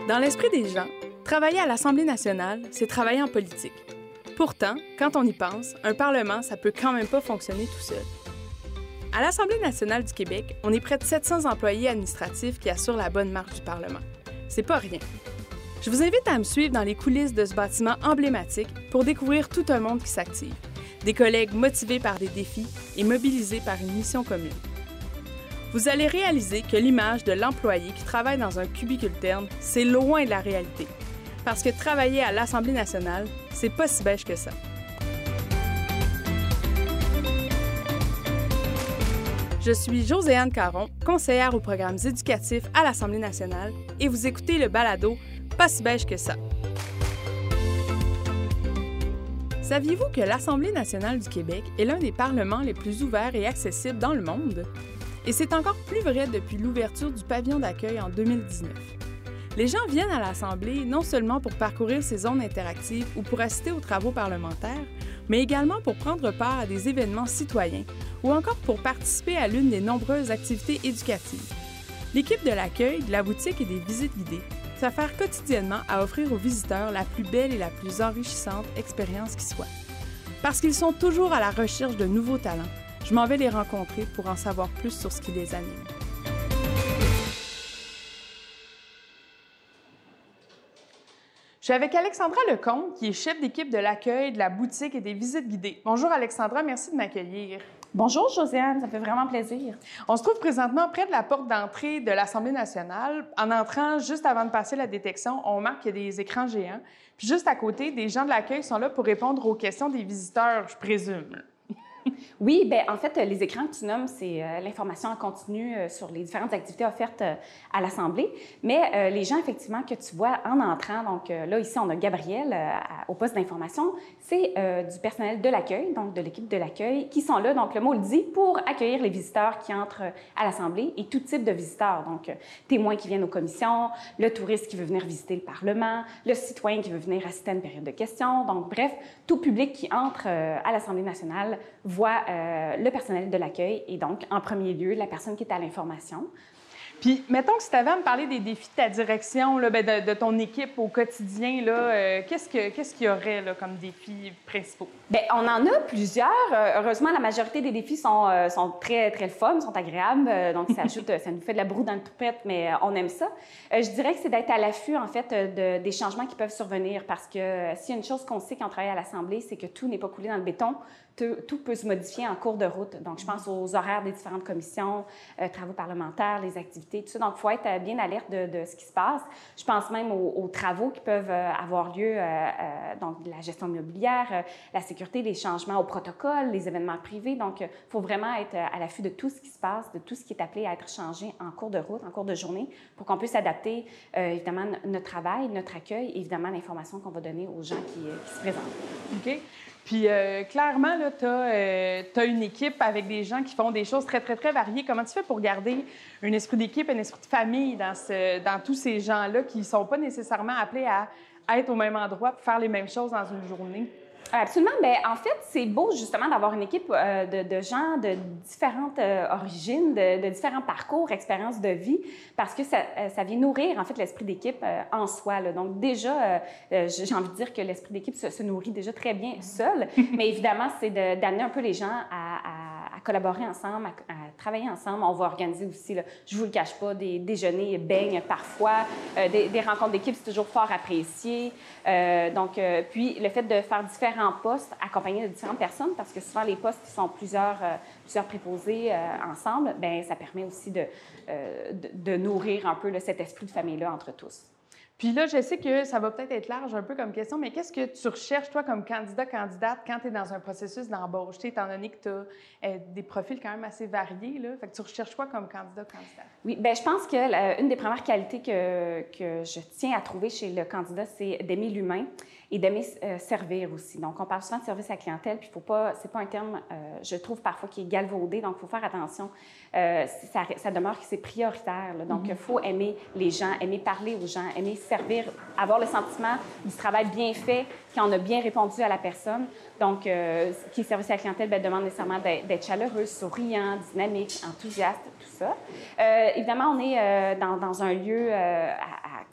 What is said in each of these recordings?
Dans l'esprit des gens, travailler à l'Assemblée nationale, c'est travailler en politique. Pourtant, quand on y pense, un Parlement, ça peut quand même pas fonctionner tout seul. À l'Assemblée nationale du Québec, on est près de 700 employés administratifs qui assurent la bonne marche du Parlement. C'est pas rien. Je vous invite à me suivre dans les coulisses de ce bâtiment emblématique pour découvrir tout un monde qui s'active. Des collègues motivés par des défis et mobilisés par une mission commune. Vous allez réaliser que l'image de l'employé qui travaille dans un cubicule terne, c'est loin de la réalité. Parce que travailler à l'Assemblée nationale, c'est pas si beige que ça. Je suis Joséanne Caron, conseillère aux programmes éducatifs à l'Assemblée nationale, et vous écoutez le balado Pas si beige que ça. Saviez-vous que l'Assemblée nationale du Québec est l'un des parlements les plus ouverts et accessibles dans le monde? Et c'est encore plus vrai depuis l'ouverture du pavillon d'accueil en 2019. Les gens viennent à l'Assemblée non seulement pour parcourir ses zones interactives ou pour assister aux travaux parlementaires, mais également pour prendre part à des événements citoyens ou encore pour participer à l'une des nombreuses activités éducatives. L'équipe de l'accueil, de la boutique et des visites guidées s'affaire quotidiennement à offrir aux visiteurs la plus belle et la plus enrichissante expérience qui soit. Parce qu'ils sont toujours à la recherche de nouveaux talents, je m'en vais les rencontrer pour en savoir plus sur ce qui les anime. Je suis avec Alexandra Lecomte, qui est chef d'équipe de l'accueil, de la boutique et des visites guidées. Bonjour Alexandra, merci de m'accueillir. Bonjour Josiane, ça fait vraiment plaisir. On se trouve présentement près de la porte d'entrée de l'Assemblée nationale. En entrant juste avant de passer la détection, on remarque qu'il y a des écrans géants. Puis juste à côté, des gens de l'accueil sont là pour répondre aux questions des visiteurs, je présume. Oui, bien, en fait, les écrans que tu nommes, c'est l'information en continu sur les différentes activités offertes à l'Assemblée. Mais les gens, effectivement, que tu vois en entrant, donc là, ici, on a Gabriel au poste d'information, c'est du personnel de l'accueil, donc de l'équipe de l'accueil, qui sont là, donc le mot le dit, pour accueillir les visiteurs qui entrent à l'Assemblée et tout type de visiteurs. Donc, témoins qui viennent aux commissions, le touriste qui veut venir visiter le Parlement, le citoyen qui veut venir assister à une période de questions. Donc, bref, tout public qui entre à l'Assemblée nationale voit le personnel de l'accueil et donc, en premier lieu, la personne qui est à l'information. Puis, mettons que si tu avais à me parler des défis de ta direction, là, bien, de ton équipe au quotidien, là, qu'est-ce qu'il y aurait là, comme défis principaux? Bien, on en a plusieurs. Heureusement, la majorité des défis sont très, très fun, sont agréables. Donc, ça nous fait de la broue dans le toupette, mais on aime ça. Je dirais que c'est d'être à l'affût, en fait, des changements qui peuvent survenir parce que s'il y a une chose qu'on sait quand on travaille à l'Assemblée, c'est que tout n'est pas coulé dans le béton. Tout peut se modifier en cours de route. Donc, je pense aux horaires des différentes commissions, travaux parlementaires, les activités, tout ça. Donc, il faut être bien alerte de ce qui se passe. Je pense même aux travaux qui peuvent avoir lieu, donc la gestion immobilière, la sécurité, les changements au protocole, les événements privés. Donc, il faut vraiment être à l'affût de tout ce qui se passe, de tout ce qui est appelé à être changé en cours de route, en cours de journée, pour qu'on puisse adapter, évidemment, notre travail, notre accueil, et évidemment, l'information qu'on va donner aux gens qui se présentent. OK. Puis, clairement, tu as une équipe avec des gens qui font des choses très, très, très variées. Comment tu fais pour garder un esprit d'équipe, un esprit de famille dans tous ces gens-là qui ne sont pas nécessairement appelés à être au même endroit pour faire les mêmes choses dans une journée? Absolument. Bien, en fait, c'est beau justement d'avoir une équipe de gens de différentes origines, de différents parcours, expériences de vie, parce que ça vient nourrir en fait l'esprit d'équipe en soi, là. Donc déjà, j'ai envie de dire que l'esprit d'équipe se nourrit déjà très bien seul, mais évidemment, c'est d'amener un peu les gens à collaborer ensemble, à travailler ensemble. On va organiser aussi, là, je ne vous le cache pas, des déjeuners, beignes parfois, des rencontres d'équipe, c'est toujours fort apprécié. Puis le fait de faire différents postes accompagnés de différentes personnes, parce que souvent les postes qui sont plusieurs préposés ensemble, bien, ça permet aussi de nourrir un peu là, cet esprit de famille-là entre tous. Puis là, je sais que ça va peut-être être large un peu comme question, mais qu'est-ce que tu recherches, toi, comme candidat-candidate, quand tu es dans un processus d'embauche, étant donné que tu as des profils quand même assez variés, là? Fait que tu recherches quoi comme candidat-candidate? Oui, bien, je pense que une des premières qualités que je tiens à trouver chez le candidat, c'est d'aimer l'humain et d'aimer servir aussi. Donc, on parle souvent de service à la clientèle, puis c'est pas un terme, je trouve parfois, qui est galvaudé, donc il faut faire attention. Ça demeure que c'est prioritaire, là. Donc, il faut aimer les gens, aimer parler aux gens, aimer servir, avoir le sentiment du travail bien fait, quand on a bien répondu à la personne. Donc, qui est service à la clientèle, bien, demande nécessairement d'être chaleureux, souriant, dynamique, enthousiaste, tout ça. Évidemment, on est dans un lieu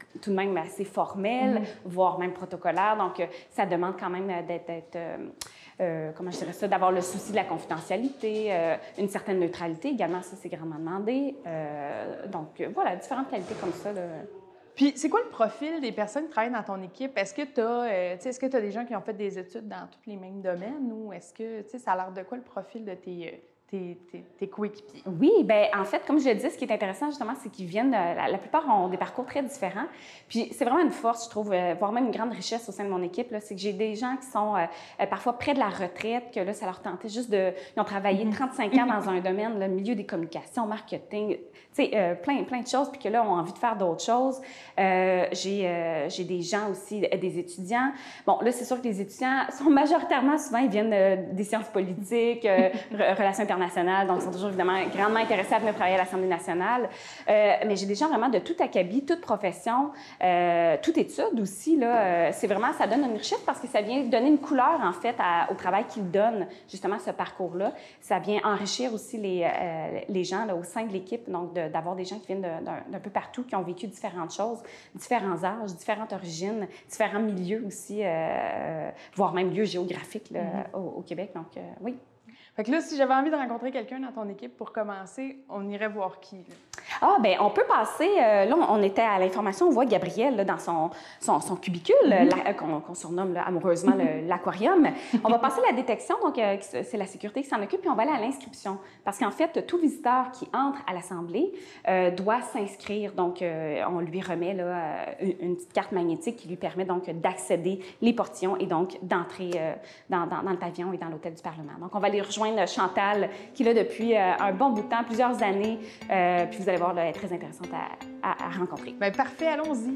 tout de même assez formel, voire même protocolaire. Donc, ça demande quand même d'être comment je dirais ça, d'avoir le souci de la confidentialité, une certaine neutralité également, ça c'est grandement demandé. Donc, voilà, différentes qualités comme ça, là. Puis, c'est quoi le profil des personnes qui travaillent dans ton équipe? Est-ce que tu as, est-ce que tu as des gens qui ont fait des études dans tous les mêmes domaines ou est-ce que, ça a l'air de quoi le profil de tes coéquipiers? Oui, bien, en fait, comme je le disais, ce qui est intéressant, justement, c'est qu'ils viennent, la plupart ont des parcours très différents. Puis, c'est vraiment une force, je trouve, voire même une grande richesse au sein de mon équipe, là, c'est que j'ai des gens qui sont parfois près de la retraite, que là, ça leur tentait juste de... Ils ont travaillé 35 ans dans un domaine, le milieu des communications, marketing, tu sais, plein de choses, puis que là, ont envie de faire d'autres choses. J'ai des gens aussi, des étudiants. Bon, là, c'est sûr que les étudiants sont majoritairement, souvent, ils viennent des sciences politiques, relations internationales, donc ils sont toujours évidemment grandement intéressés à venir travailler à l'Assemblée nationale. Mais j'ai des gens vraiment de tout acabit, toute profession, toute étude aussi. Là, c'est vraiment, ça donne une richesse parce que ça vient donner une couleur, en fait, au travail qu'ils donnent, justement, ce parcours-là. Ça vient enrichir aussi les gens là, au sein de l'équipe, donc d'avoir des gens qui viennent d'un peu partout, qui ont vécu différentes choses, différents âges, différentes origines, différents milieux aussi, voire même lieux géographiques là, au Québec. Donc, oui. Fait que là, si j'avais envie de rencontrer quelqu'un dans ton équipe pour commencer, on irait voir qui? Là? Ah, bien, on peut passer... là, on était à l'information, on voit Gabriel là, dans son cubicule, qu'on surnomme là, amoureusement l'aquarium. On va passer la détection, donc c'est la sécurité qui s'en occupe, puis on va aller à l'inscription. Parce qu'en fait, tout visiteur qui entre à l'Assemblée doit s'inscrire. Donc, on lui remet là, une petite carte magnétique qui lui permet donc d'accéder les portillons et donc d'entrer dans le pavillon et dans l'hôtel du Parlement. Donc, on va aller rejoindre Chantal, qui est là depuis un bon bout de temps, plusieurs années. Puis vous allez voir, là, elle est très intéressante à rencontrer. Bien, parfait, allons-y.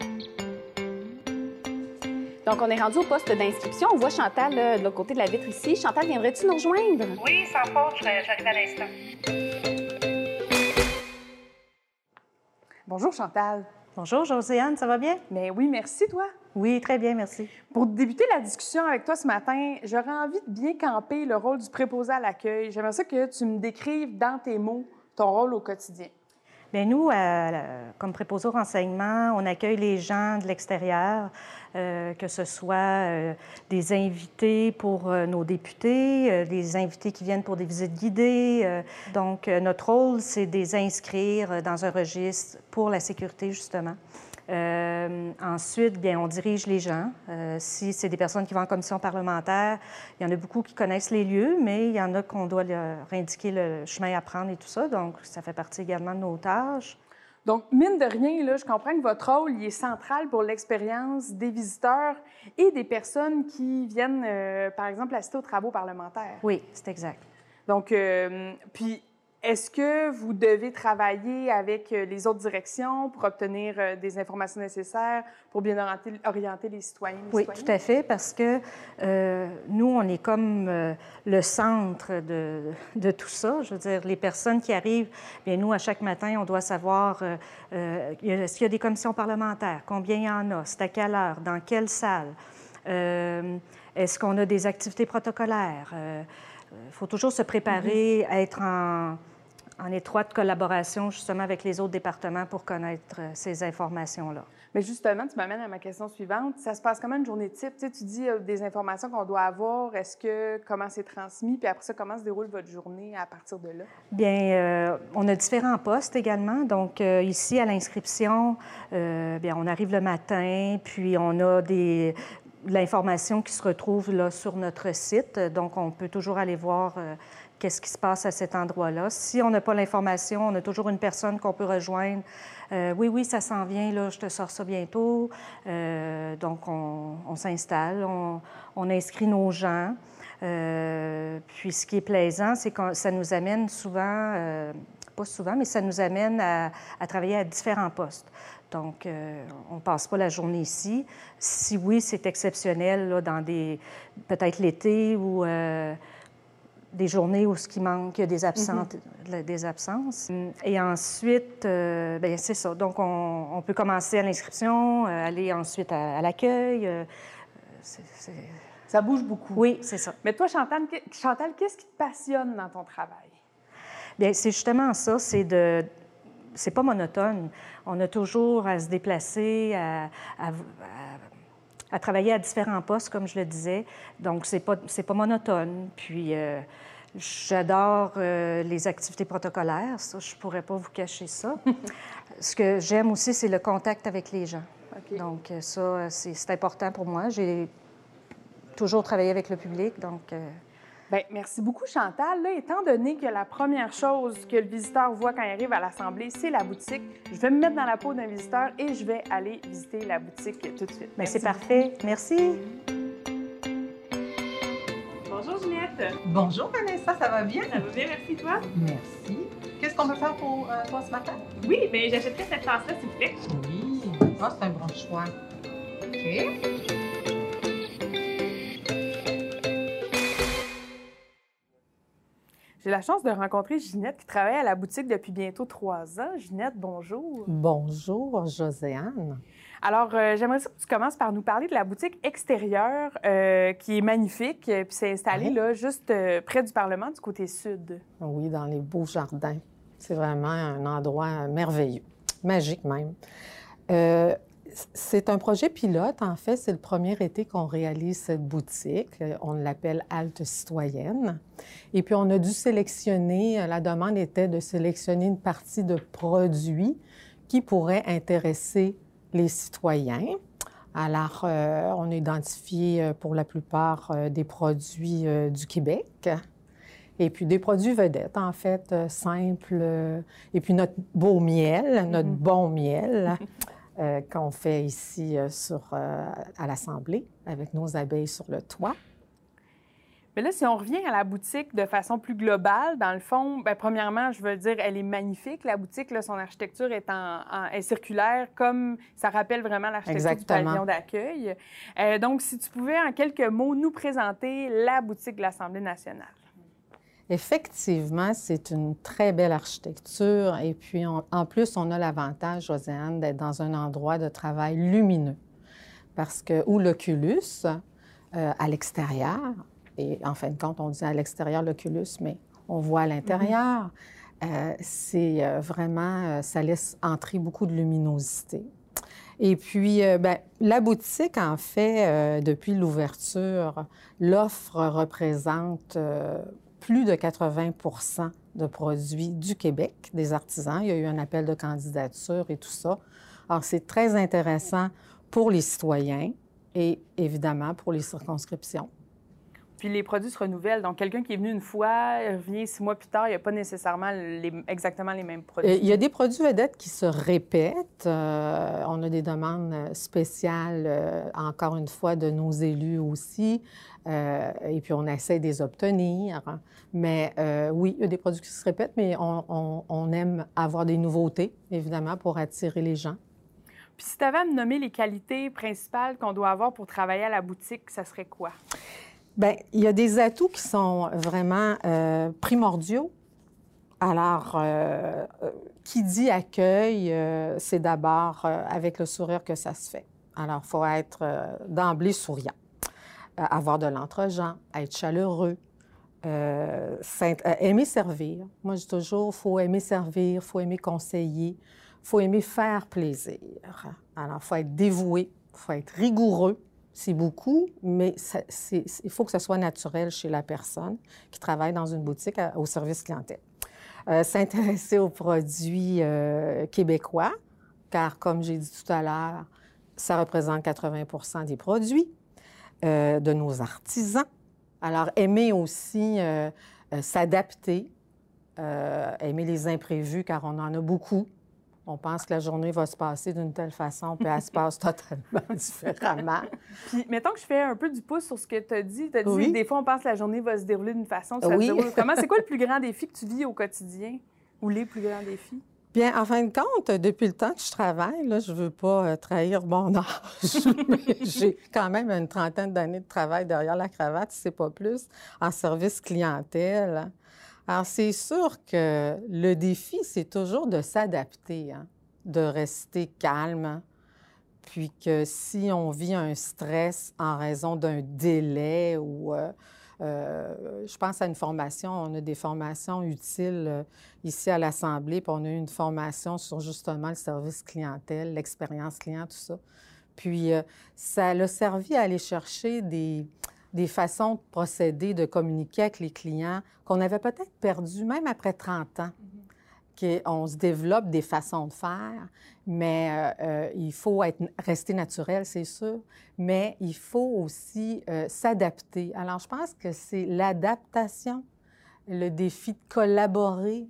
Donc, on est rendu au poste d'inscription. On voit Chantal là, de l'autre côté de la vitre ici. Chantal, viendrais-tu nous rejoindre? Oui, sans faute, j'arrive à l'instant. Bonjour, Chantal. Bonjour, Josiane, ça va bien? Bien oui, merci, toi. Oui, très bien, merci. Pour débuter la discussion avec toi ce matin, j'aurais envie de bien camper le rôle du préposé à l'accueil. J'aimerais ça que tu me décrives dans tes mots ton rôle au quotidien. Bien, nous, comme préposés au renseignement, on accueille les gens de l'extérieur, que ce soit des invités pour nos députés, des invités qui viennent pour des visites guidées. Donc, notre rôle, c'est de les inscrire dans un registre pour la sécurité, justement. Ensuite, bien, on dirige les gens. Si c'est des personnes qui vont en commission parlementaire, il y en a beaucoup qui connaissent les lieux, mais il y en a qu'on doit leur indiquer le chemin à prendre et tout ça. Donc, ça fait partie également de nos tâches. Donc, mine de rien, là, je comprends que votre rôle il est central pour l'expérience des visiteurs et des personnes qui viennent, par exemple, assister aux travaux parlementaires. Oui, c'est exact. Donc, puis, est-ce que vous devez travailler avec les autres directions pour obtenir des informations nécessaires pour bien orienter les citoyens? Oui, tout à fait, parce que nous, on est comme le centre de tout ça. Je veux dire, les personnes qui arrivent, bien nous, à chaque matin, on doit savoir est-ce qu'il y a des commissions parlementaires, combien il y en a, c'est à quelle heure, dans quelle salle, est-ce qu'on a des activités protocolaires. Il faut toujours se préparer à être en étroite collaboration, justement, avec les autres départements pour connaître ces informations-là. Mais justement, tu m'amènes à ma question suivante. Ça se passe comment une journée type? Tu dis des informations qu'on doit avoir. Comment c'est transmis? Puis après ça, comment se déroule votre journée à partir de là? Bien, on a différents postes également. Donc, ici, à l'inscription, bien, on arrive le matin, puis on a l'information qui se retrouve là, sur notre site. Donc, on peut toujours aller voir qu'est-ce qui se passe à cet endroit-là. Si on n'a pas l'information, on a toujours une personne qu'on peut rejoindre. Oui, ça s'en vient, là, je te sors ça bientôt. Donc, on s'installe, on inscrit nos gens. Puis, ce qui est plaisant, c'est que ça nous amène souvent, pas souvent, mais ça nous amène à travailler à différents postes. Donc, on ne passe pas la journée ici. Si oui, c'est exceptionnel, là, dans peut-être l'été ou des journées où ce qui manque, il y a des absences. Et ensuite, bien, c'est ça. Donc, on peut commencer à l'inscription, aller ensuite à l'accueil. Ça bouge beaucoup. Oui, c'est ça. Mais toi, Chantal, qu'est-ce qui te passionne dans ton travail? Bien, c'est justement ça, c'est c'est pas monotone. On a toujours à se déplacer, à travailler à différents postes, comme je le disais. Donc, c'est pas monotone. Puis, j'adore les activités protocolaires. Ça, je pourrais pas vous cacher ça. Ce que j'aime aussi, c'est le contact avec les gens. OK. Donc, ça, c'est important pour moi. J'ai toujours travaillé avec le public, donc... Bien, merci beaucoup, Chantal. Là, étant donné que la première chose que le visiteur voit quand il arrive à l'Assemblée, c'est la boutique, je vais me mettre dans la peau d'un visiteur et je vais aller visiter la boutique tout de suite. Bien, c'est parfait. Merci. Bonjour, Ginette. Bonjour Vanessa, ça va bien? Ça va bien, merci, toi? Merci. Qu'est-ce qu'on peut faire pour toi ce matin? Oui, bien, j'achèterais cette tasse-là, s'il vous plaît. Oui, ça c'est un bon choix. OK. J'ai la chance de rencontrer Ginette qui travaille à la boutique depuis bientôt 3 ans. Ginette, bonjour. Bonjour, Joséanne. Alors, j'aimerais ça que tu commences par nous parler de la boutique extérieure qui est magnifique, puis c'est installé là, juste près du Parlement, du côté sud. Oui, dans les beaux jardins. C'est vraiment un endroit merveilleux, magique même. C'est un projet pilote, en fait. C'est le premier été qu'on réalise cette boutique. On l'appelle Halte citoyenne. Et puis, on a dû sélectionner, la demande était de sélectionner une partie de produits qui pourraient intéresser les citoyens. Alors, on a identifié pour la plupart des produits du Québec. Et puis des produits vedettes, en fait, simples. Et puis notre beau miel, notre bon miel qu'on fait ici à l'Assemblée avec nos abeilles sur le toit. Mais là, si on revient à la boutique de façon plus globale, dans le fond, bien, premièrement, je veux dire, elle est magnifique. La boutique, là, son architecture est circulaire, comme ça rappelle vraiment l'architecture du pavillon d'accueil. Donc, si tu pouvais, en quelques mots, nous présenter la boutique de l'Assemblée nationale. Effectivement, c'est une très belle architecture. Et puis, en plus, on a l'avantage, Joséanne, d'être dans un endroit de travail lumineux. Parce que, où l'Oculus, à l'extérieur, et en fin de compte, on dit à l'extérieur l'Oculus, mais on voit à l'intérieur, c'est vraiment, ça laisse entrer beaucoup de luminosité. Et puis, bien, la boutique, en fait, depuis l'ouverture, l'offre représente plus de 80 de produits du Québec, des artisans. Il y a eu un appel de candidature et tout ça. Alors, c'est très intéressant pour les citoyens et évidemment pour les circonscriptions. Puis les produits se renouvellent. Donc, quelqu'un qui est venu une fois, revient 6 mois plus tard, il n'y a pas nécessairement exactement les mêmes produits. Il y a des produits vedettes qui se répètent. On a des demandes spéciales, encore une fois, de nos élus aussi. Et puis, on essaie de les obtenir. Mais oui, il y a des produits qui se répètent, mais on aime avoir des nouveautés, évidemment, pour attirer les gens. Puis si tu avais à me nommer les qualités principales qu'on doit avoir pour travailler à la boutique, ça serait quoi? Bien, il y a des atouts qui sont vraiment primordiaux. Alors, qui dit accueil, c'est d'abord avec le sourire que ça se fait. Alors, il faut être d'emblée souriant, avoir de l'entre-gens, être chaleureux, aimer servir. Moi, je dis toujours, il faut aimer servir, il faut aimer conseiller, il faut aimer faire plaisir. Alors, il faut être dévoué, il faut être rigoureux. C'est beaucoup, mais il faut que ce soit naturel chez la personne qui travaille dans une boutique au service clientèle. S'intéresser aux produits québécois, car comme j'ai dit tout à l'heure, ça représente 80 des produits de nos artisans. Alors, aimer aussi s'adapter, aimer les imprévus, car on en a beaucoup. On pense que la journée va se passer d'une telle façon, puis elle se passe totalement différemment. Puis, mettons que je fais un peu du pouce sur ce que tu as dit. Tu as dit Oui. des fois, on pense que la journée va se dérouler d'une façon, puis ça Oui. se déroule comment? C'est quoi le plus grand défi que tu vis au quotidien? Ou les plus grands défis? Bien, en fin de compte, depuis le temps que je travaille, là, je ne veux pas trahir mon âge, mais j'ai quand même une trentaine d'années de travail derrière la cravate, si ce n'est pas plus, en service clientèle. Alors, c'est sûr que le défi, c'est toujours de s'adapter, hein, de rester calme, puis que si on vit un stress en raison d'un délai ou je pense à une formation, on a des formations utiles ici à l'Assemblée, puis on a eu une formation sur justement le service clientèle, l'expérience client, tout ça. Puis ça a servi à aller chercher des façons de procéder, de communiquer avec les clients qu'on avait peut-être perdues, même après 30 ans. On se développe des façons de faire, mais il faut rester naturel, c'est sûr, mais il faut aussi s'adapter. Alors, je pense que c'est l'adaptation, le défi de collaborer,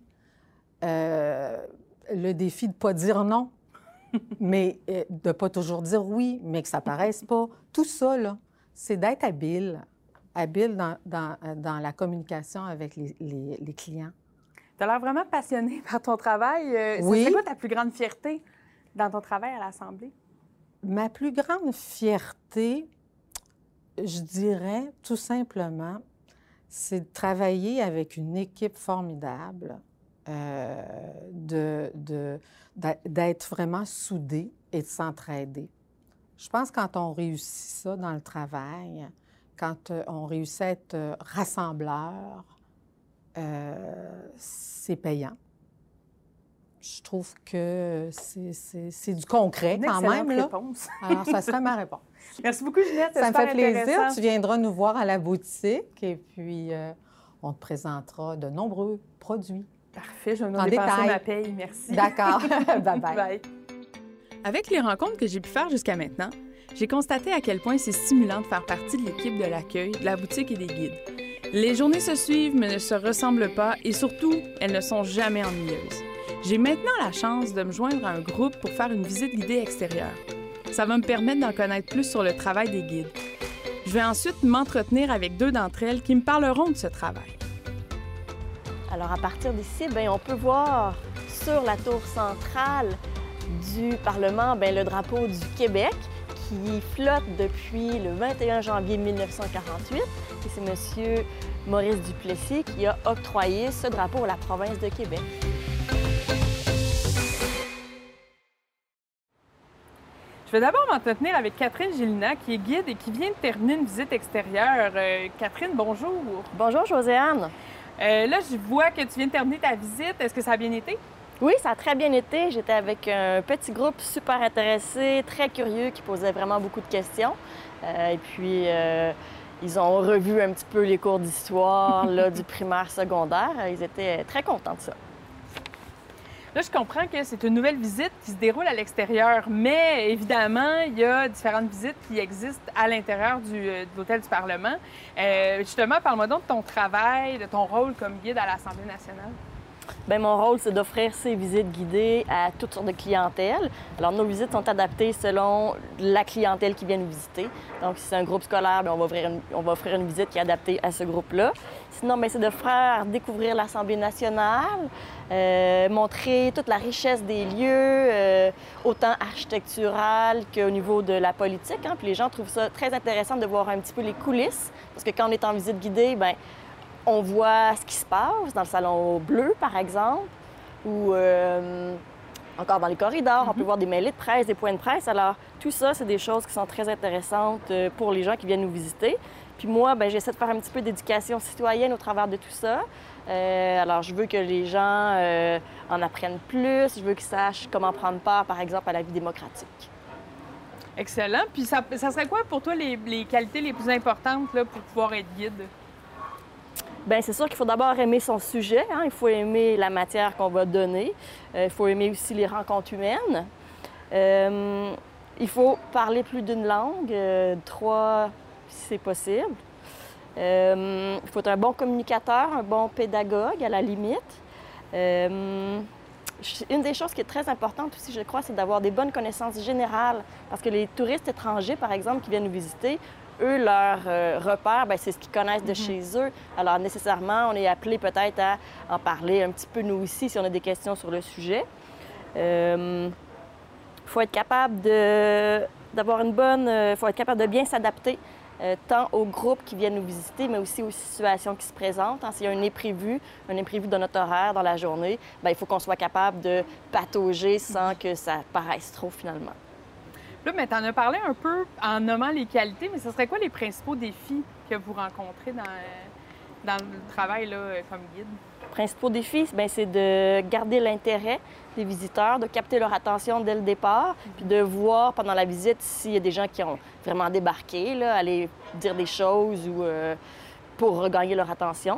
le défi de ne pas dire non, mais de ne pas toujours dire oui, mais que ça ne paraisse pas. Tout ça, là, c'est d'être habile dans la communication avec les clients. Tu as l'air vraiment passionné par ton travail. Oui. C'est quoi ta plus grande fierté dans ton travail à l'Assemblée? Ma plus grande fierté, je dirais tout simplement, c'est de travailler avec une équipe formidable, d'être vraiment soudés et de s'entraider. Je pense que quand on réussit ça dans le travail, quand on réussit à être rassembleur, c'est payant. Je trouve que c'est du concret quand même. Là. Réponse. Alors, ça serait ma réponse. Merci beaucoup, Ginette. Ça me fait plaisir. Intéressant. Tu viendras nous voir à la boutique et puis on te présentera de nombreux produits. Parfait, je vais me En dépenser détail. ma paye. Merci. D'accord. Bye-bye. Bye. Avec les rencontres que j'ai pu faire jusqu'à maintenant, j'ai constaté à quel point c'est stimulant de faire partie de l'équipe de l'accueil, de la boutique et des guides. Les journées se suivent mais ne se ressemblent pas et surtout, elles ne sont jamais ennuyeuses. J'ai maintenant la chance de me joindre à un groupe pour faire une visite guidée extérieure. Ça va me permettre d'en connaître plus sur le travail des guides. Je vais ensuite m'entretenir avec 2 d'entre elles qui me parleront de ce travail. Alors, à partir d'ici, on peut voir sur la tour centrale du Parlement le drapeau du Québec qui flotte depuis le 21 janvier 1948. Et c'est M. Maurice Duplessis qui a octroyé ce drapeau à la province de Québec. Je vais d'abord m'entretenir avec Catherine Gélina, qui est guide et qui vient de terminer une visite extérieure. Catherine, bonjour. Bonjour, Josiane. Là, je vois que tu viens de terminer ta visite. Est-ce que ça a bien été? Oui, ça a très bien été. J'étais avec un petit groupe super intéressé, très curieux, qui posait vraiment beaucoup de questions. Et puis, ils ont revu un petit peu les cours d'histoire du primaire secondaire. Ils étaient très contents de ça. Là, je comprends que c'est une nouvelle visite qui se déroule à l'extérieur, mais évidemment, il y a différentes visites qui existent à l'intérieur de l'Hôtel du Parlement. Justement, parle-moi donc de ton travail, de ton rôle comme guide à l'Assemblée nationale. Bien, mon rôle, c'est d'offrir ces visites guidées à toutes sortes de clientèle. Alors, nos visites sont adaptées selon la clientèle qui vient nous visiter. Donc, si c'est un groupe scolaire, bien, on va offrir une visite qui est adaptée à ce groupe-là. Sinon, bien, c'est de faire découvrir l'Assemblée nationale, montrer toute la richesse des lieux, autant architecturale qu'au niveau de la politique. Puis les gens trouvent ça très intéressant de voir un petit peu les coulisses, parce que quand on est en visite guidée, bien, on voit ce qui se passe dans le salon bleu, par exemple, ou encore dans les corridors. On peut voir des mêlées de presse, des points de presse. Alors, tout ça, c'est des choses qui sont très intéressantes pour les gens qui viennent nous visiter. Puis moi, bien, j'essaie de faire un petit peu d'éducation citoyenne au travers de tout ça. Alors, je veux que les gens en apprennent plus. Je veux qu'ils sachent comment prendre part, par exemple, à la vie démocratique. Excellent. Puis ça serait quoi pour toi les qualités les plus importantes là, pour pouvoir être guide? Bien, c'est sûr qu'il faut d'abord aimer son sujet. Il faut aimer la matière qu'on va donner. Il faut aimer aussi les rencontres humaines. Il faut parler plus d'une langue, 3 si c'est possible. Il faut être un bon communicateur, un bon pédagogue à la limite. Une des choses qui est très importante aussi, je crois, c'est d'avoir des bonnes connaissances générales. Parce que les touristes étrangers, par exemple, qui viennent nous visiter, eux, leur repère, bien, c'est ce qu'ils connaissent de chez eux. Alors, nécessairement, on est appelé peut-être à en parler un petit peu, nous aussi, si on a des questions sur le sujet. Il faut être capable d'avoir une bonne... Il faut être capable de bien s'adapter, tant aux groupes qui viennent nous visiter, mais aussi aux situations qui se présentent. S'il y a un imprévu dans notre horaire, dans la journée, bien, il faut qu'on soit capable de patauger sans que ça paraisse trop, finalement. Là, mais tu en as parlé un peu en nommant les qualités, mais ce serait quoi les principaux défis que vous rencontrez dans le travail là, comme guide? Les principaux défis, c'est de garder l'intérêt des visiteurs, de capter leur attention dès le départ, puis de voir pendant la visite s'il y a des gens qui ont vraiment débarqué, là, aller dire des choses ou pour regagner leur attention.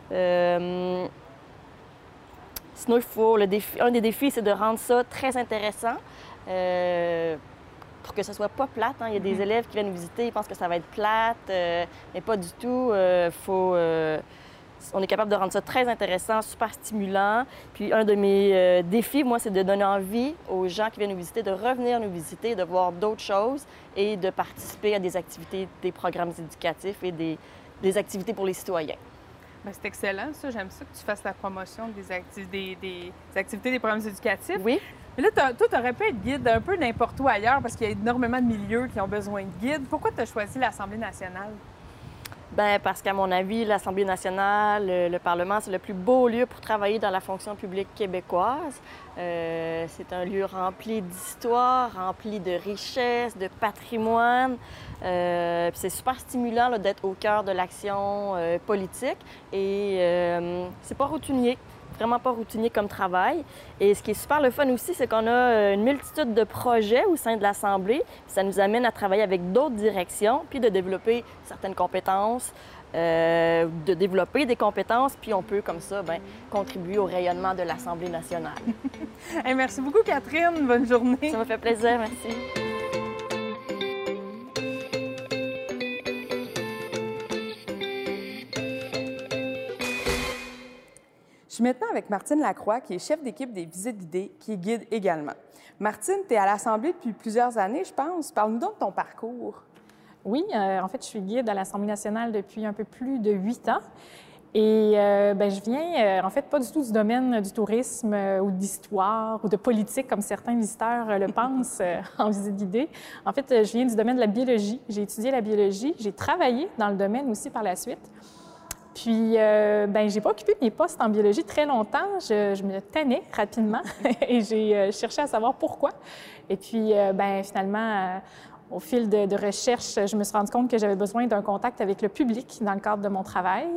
Sinon, un des défis, c'est de rendre ça très intéressant pour que ce soit pas plate. Hein. Il y a des élèves qui viennent nous visiter, ils pensent que ça va être plate, mais pas du tout. On est capable de rendre ça très intéressant, super stimulant. Puis un de mes défis, moi, c'est de donner envie aux gens qui viennent nous visiter de revenir nous visiter, de voir d'autres choses et de participer à des activités, des programmes éducatifs et des activités pour les citoyens. Bien, c'est excellent, ça. J'aime ça que tu fasses la promotion des activités, des programmes éducatifs. Oui. Mais là, toi, tu aurais pu être guide un peu n'importe où ailleurs parce qu'il y a énormément de milieux qui ont besoin de guides. Pourquoi tu as choisi l'Assemblée nationale? Bien, parce qu'à mon avis, l'Assemblée nationale, le Parlement, c'est le plus beau lieu pour travailler dans la fonction publique québécoise. C'est un lieu rempli d'histoire, rempli de richesse, de patrimoine. Puis c'est super stimulant là, d'être au cœur de l'action politique. Et c'est pas routinier. Vraiment pas routinier comme travail. Et ce qui est super le fun aussi, c'est qu'on a une multitude de projets au sein de l'Assemblée. Ça nous amène à travailler avec d'autres directions, puis de développer certaines compétences, de développer des compétences, puis on peut comme ça contribuer au rayonnement de l'Assemblée nationale. Hey, merci beaucoup, Catherine. Bonne journée. Ça m'a fait plaisir. Merci. Je suis maintenant avec Martine Lacroix, qui est chef d'équipe des visites guidées, qui est guide également. Martine, tu es à l'Assemblée depuis plusieurs années, je pense. Parle-nous donc de ton parcours. Oui, en fait, je suis guide à l'Assemblée nationale depuis un peu plus de 8 ans. Et je viens, en fait, pas du tout du domaine du tourisme ou de l'histoire ou de politique, comme certains visiteurs le pensent en visite guidée. En fait, je viens du domaine de la biologie. J'ai étudié la biologie. J'ai travaillé dans le domaine aussi par la suite. Puis, j'ai pas occupé mes postes en biologie très longtemps. Je me tannais rapidement et j'ai cherché à savoir pourquoi. Et puis, finalement, au fil de recherche, je me suis rendu compte que j'avais besoin d'un contact avec le public dans le cadre de mon travail,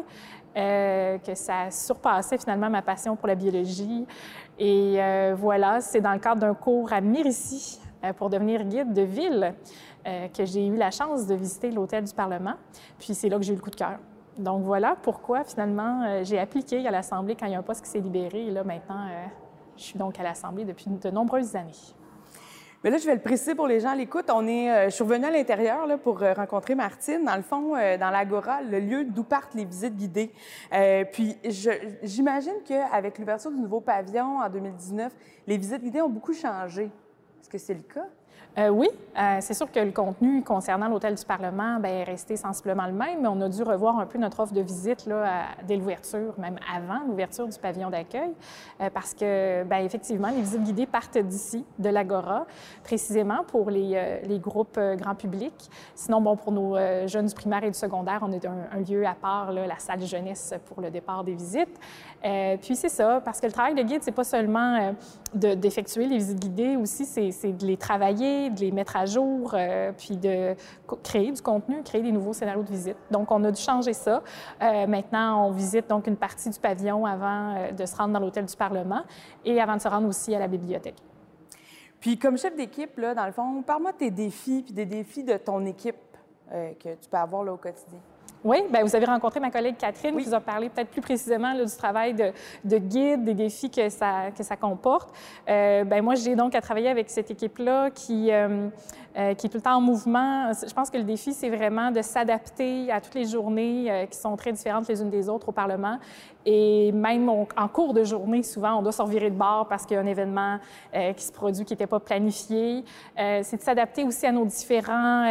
que ça surpassait finalement ma passion pour la biologie. Et voilà, c'est dans le cadre d'un cours à Mérici pour devenir guide de ville que j'ai eu la chance de visiter l'hôtel du Parlement. Puis, c'est là que j'ai eu le coup de cœur. Donc voilà pourquoi, finalement, j'ai appliqué à l'Assemblée quand il y a un poste qui s'est libéré. Et là, maintenant, je suis donc à l'Assemblée depuis de nombreuses années. Mais là, je vais le préciser pour les gens à l'écoute. Je suis revenue à l'intérieur là, pour rencontrer Martine. Dans le fond, dans l'Agora, le lieu d'où partent les visites guidées. Puis, j'imagine qu'avec l'ouverture du nouveau pavillon en 2019, les visites guidées ont beaucoup changé. Est-ce que c'est le cas? Oui, c'est sûr que le contenu concernant l'hôtel du Parlement est resté sensiblement le même, mais on a dû revoir un peu notre offre de visite là, dès l'ouverture, même avant l'ouverture du pavillon d'accueil, parce que, effectivement, les visites guidées partent d'ici, de l'Agora, précisément pour les groupes grand public. Sinon, pour nos jeunes du primaire et du secondaire, on a un lieu à part, là, la salle jeunesse pour le départ des visites. Puis c'est ça, parce que le travail de guide, c'est pas seulement d'effectuer les visites guidées, aussi c'est de les travailler, de les mettre à jour, puis de créer du contenu, créer des nouveaux scénarios de visite. Donc, on a dû changer ça. Maintenant, on visite donc une partie du pavillon avant de se rendre dans l'hôtel du Parlement et avant de se rendre aussi à la bibliothèque. Puis, comme chef d'équipe, là, dans le fond, parle-moi de tes défis puis des défis de ton équipe que tu peux avoir là, au quotidien. Oui, vous avez rencontré ma collègue Catherine oui. qui vous a parlé peut-être plus précisément là, du travail de guide, des défis que ça comporte. Moi, j'ai donc à travailler avec cette équipe-là qui est tout le temps en mouvement. Je pense que le défi, c'est vraiment de s'adapter à toutes les journées qui sont très différentes les unes des autres au Parlement. Et même en cours de journée, souvent, on doit se revirer de bord parce qu'il y a un événement qui se produit qui n'était pas planifié. C'est de s'adapter aussi à nos différents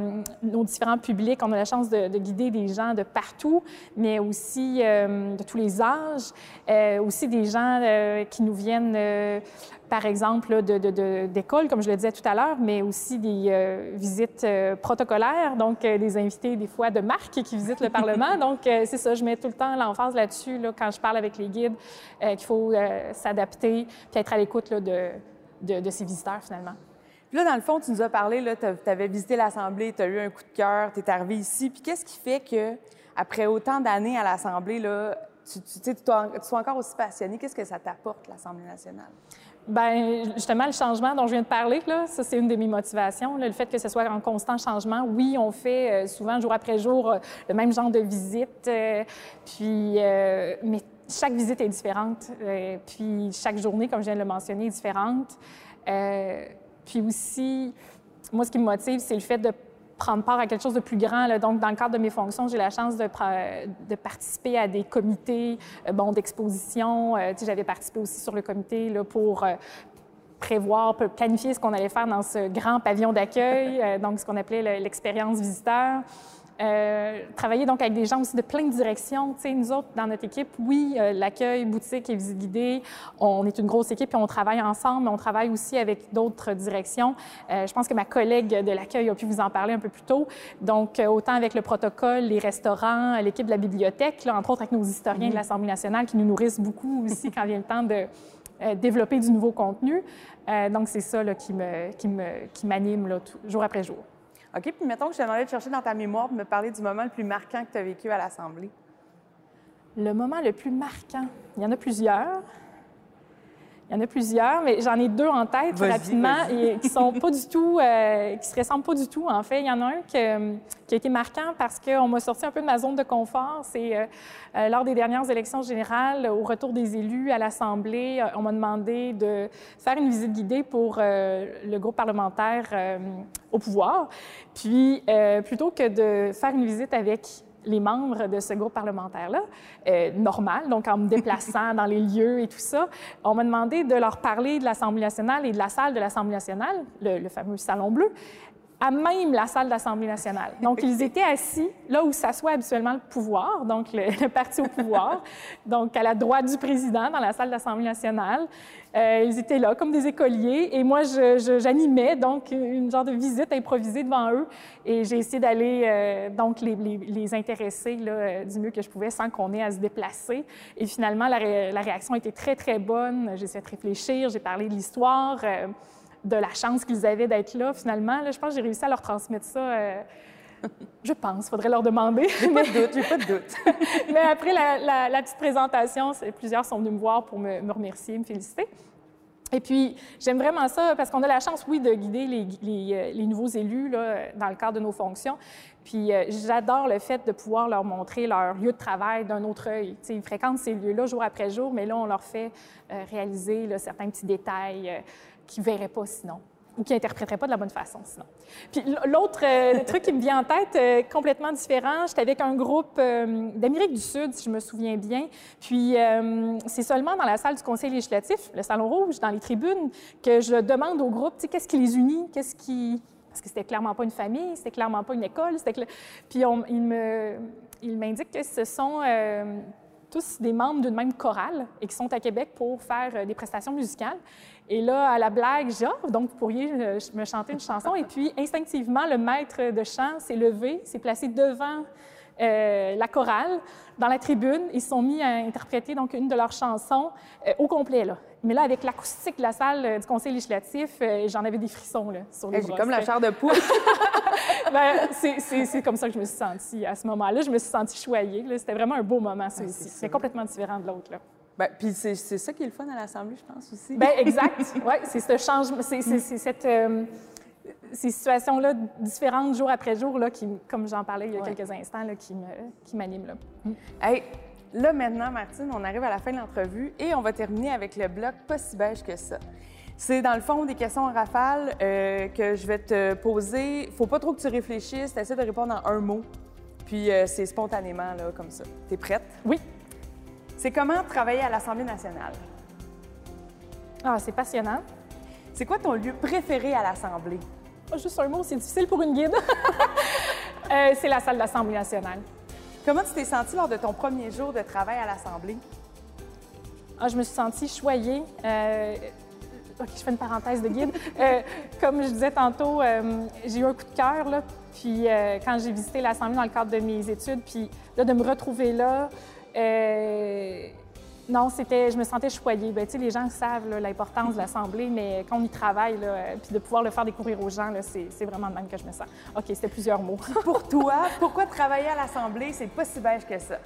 publics. On a la chance de guider des gens de partout, mais aussi de tous les âges. Aussi des gens qui nous viennent, par exemple, d'écoles, comme je le disais tout à l'heure, mais aussi des visites protocolaires, donc des invités, des fois, de marque qui visitent le Parlement. Donc, c'est ça, je mets tout le temps l'emphase là-dessus, là, quand je parle avec les guides, qu'il faut s'adapter puis être à l'écoute là, de ces visiteurs, finalement. Puis là, dans le fond, tu nous as parlé, tu avais visité l'Assemblée, tu as eu un coup de cœur, tu es arrivé ici. Puis qu'est-ce qui fait que après autant d'années à l'Assemblée, là, tu sois encore aussi passionné? Qu'est-ce que ça t'apporte, l'Assemblée nationale? Bien, justement, le changement dont je viens de parler, là, ça, c'est une de mes motivations. Là, le fait que ce soit en constant changement. Oui, on fait souvent, jour après jour, le même genre de visite. Mais chaque visite est différente. Puis chaque journée, comme je viens de le mentionner, est différente. Puis aussi, moi, ce qui me motive, c'est le fait de prendre part à quelque chose de plus grand. Là. Donc, dans le cadre de mes fonctions, j'ai la chance de participer à des comités d'exposition. J'avais participé aussi sur le comité là, pour planifier ce qu'on allait faire dans ce grand pavillon d'accueil, donc ce qu'on appelait l'expérience visiteur. Travailler donc avec des gens aussi de plein de directions. Tu sais, nous autres, dans notre équipe, oui, l'accueil, boutique et visite guidée, on est une grosse équipe et on travaille ensemble, mais on travaille aussi avec d'autres directions. Je pense que ma collègue de l'accueil a pu vous en parler un peu plus tôt. Donc, autant avec le protocole, les restaurants, l'équipe de la bibliothèque, là, entre autres avec nos historiens de l'Assemblée nationale qui nous nourrissent beaucoup aussi quand vient le temps de développer du nouveau contenu. Donc, c'est ça là, qui m'anime là, jour après jour. OK, puis mettons que je te demandais de chercher dans ta mémoire pour me parler du moment le plus marquant que tu as vécu à l'Assemblée. Le moment le plus marquant? Il y en a plusieurs. Mais j'en ai deux en tête rapidement et qui sont pas du tout, qui se ressemblent pas du tout. En fait, il y en a un qui a été marquant parce qu'on m'a sorti un peu de ma zone de confort. C'est lors des dernières élections générales, au retour des élus à l'Assemblée, on m'a demandé de faire une visite guidée pour le groupe parlementaire au pouvoir. Puis, plutôt que de faire une visite avec les membres de ce groupe parlementaire-là, normal, donc en me déplaçant dans les lieux et tout ça, on m'a demandé de leur parler de l'Assemblée nationale et de la salle de l'Assemblée nationale, le fameux Salon Bleu, à même la salle de l'Assemblée nationale. Donc, ils étaient assis là où s'assoit habituellement le pouvoir, donc le parti au pouvoir, donc à la droite du président dans la salle de l'Assemblée nationale. Ils étaient là comme des écoliers et moi, j'animais donc une genre de visite improvisée devant eux et j'ai essayé d'aller donc les intéresser là, du mieux que je pouvais sans qu'on ait à se déplacer. Et finalement, la réaction a été très, très bonne. J'ai essayé de réfléchir, j'ai parlé de l'histoire, de la chance qu'ils avaient d'être là. Finalement, là, je pense que j'ai réussi à leur transmettre ça. Je pense, il faudrait leur demander. J'ai pas de doute. Mais après la petite présentation, plusieurs sont venus me voir pour me remercier, me féliciter. Et puis, j'aime vraiment ça parce qu'on a la chance, oui, de guider les nouveaux élus là, dans le cadre de nos fonctions. Puis, j'adore le fait de pouvoir leur montrer leur lieu de travail d'un autre œil. T'sais, ils fréquentent ces lieux-là jour après jour, mais là, on leur fait réaliser là, certains petits détails qu'ils ne verraient pas sinon ou qui n'interpréteraient pas de la bonne façon sinon. Puis l'autre truc qui me vient en tête, complètement différent, j'étais avec un groupe d'Amérique du Sud, si je me souviens bien. Puis c'est seulement dans la salle du Conseil législatif, le Salon Rouge, dans les tribunes, que je demande au groupe, qu'est-ce qui les unit, parce que c'était clairement pas une famille, c'était clairement pas une école. Puis il m'indique que ce sont tous des membres d'une même chorale et qui sont à Québec pour faire des prestations musicales. Et là, à la blague, donc vous pourriez me chanter une chanson. Et puis, instinctivement, le maître de chant s'est levé, s'est placé devant la chorale, dans la tribune. Ils se sont mis à interpréter donc une de leurs chansons au complet, là. Mais là, avec l'acoustique de la salle du Conseil législatif, j'en avais des frissons là, sur les bras. J'ai comme la chair de poule. Bien, c'est comme ça que je me suis sentie à ce moment-là. Je me suis sentie choyée. C'était vraiment un beau moment, ça aussi. C'est complètement différent de l'autre. Bien, puis c'est ça qui est le fun à l'Assemblée, je pense aussi. Bien, exact. Oui, c'est ce changement, c'est ces situations-là différentes jour après jour, là, qui, comme j'en parlais il y a quelques instants, là, qui m'animent. Là. Hey, là, maintenant, Martine, on arrive à la fin de l'entrevue et on va terminer avec le bloc Pas si beige que ça. C'est dans le fond des questions en rafale que je vais te poser. Il ne faut pas trop que tu réfléchisses, tu essaies de répondre en un mot. Puis c'est spontanément, là, comme ça. Tu es prête? Oui. C'est comment travailler à l'Assemblée nationale? Ah, c'est passionnant. C'est quoi ton lieu préféré à l'Assemblée? Oh, juste un mot, c'est difficile pour une guide. C'est la salle de l'Assemblée nationale. Comment tu t'es sentie lors de ton premier jour de travail à l'Assemblée? Ah, je me suis sentie choyée. OK, je fais une parenthèse de guide. Comme je disais tantôt, j'ai eu un coup de cœur, là. Puis quand j'ai visité l'Assemblée dans le cadre de mes études, puis là, de me retrouver là, Non, je me sentais choyée. Bien, tu sais, les gens savent là, l'importance de l'Assemblée, mais quand on y travaille, puis de pouvoir le faire découvrir aux gens, là, c'est vraiment de même que je me sens. OK, c'était plusieurs mots. Pour toi, pourquoi travailler à l'Assemblée, c'est pas si beige que ça?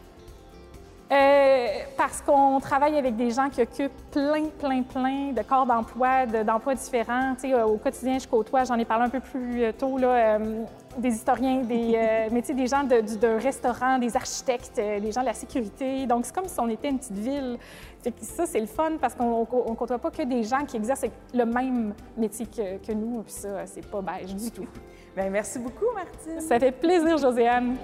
Parce qu'on travaille avec des gens qui occupent plein de corps d'emploi, d'emplois différents. Tu sais, au quotidien, je côtoie, j'en ai parlé un peu plus tôt, là, des historiens, mais tu sais, des gens de restaurants, des architectes, des gens de la sécurité. Donc, c'est comme si on était une petite ville. Fait que ça, c'est le fun parce qu'on ne côtoie pas que des gens qui exercent le même métier que nous. Puis ça, c'est pas beige du tout. Bien, merci beaucoup, Martine. Ça fait plaisir, Josiane.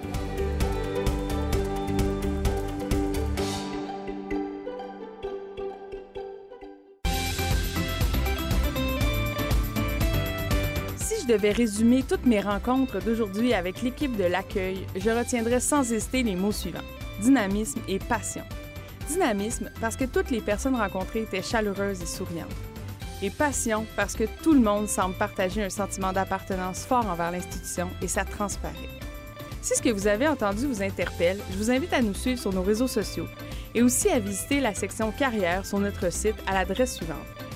Si je devais résumer toutes mes rencontres d'aujourd'hui avec l'équipe de l'accueil, je retiendrais sans hésiter les mots suivants: dynamisme et passion. Dynamisme parce que toutes les personnes rencontrées étaient chaleureuses et souriantes. Et passion parce que tout le monde semble partager un sentiment d'appartenance fort envers l'institution et ça transparaît. Si ce que vous avez entendu vous interpelle, je vous invite à nous suivre sur nos réseaux sociaux et aussi à visiter la section carrière sur notre site à l'adresse suivante: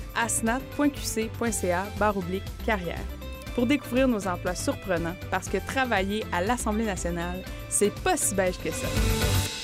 asnat.qc.ca/carrière pour découvrir nos emplois surprenants parce que travailler à l'Assemblée nationale, c'est pas si beige que ça.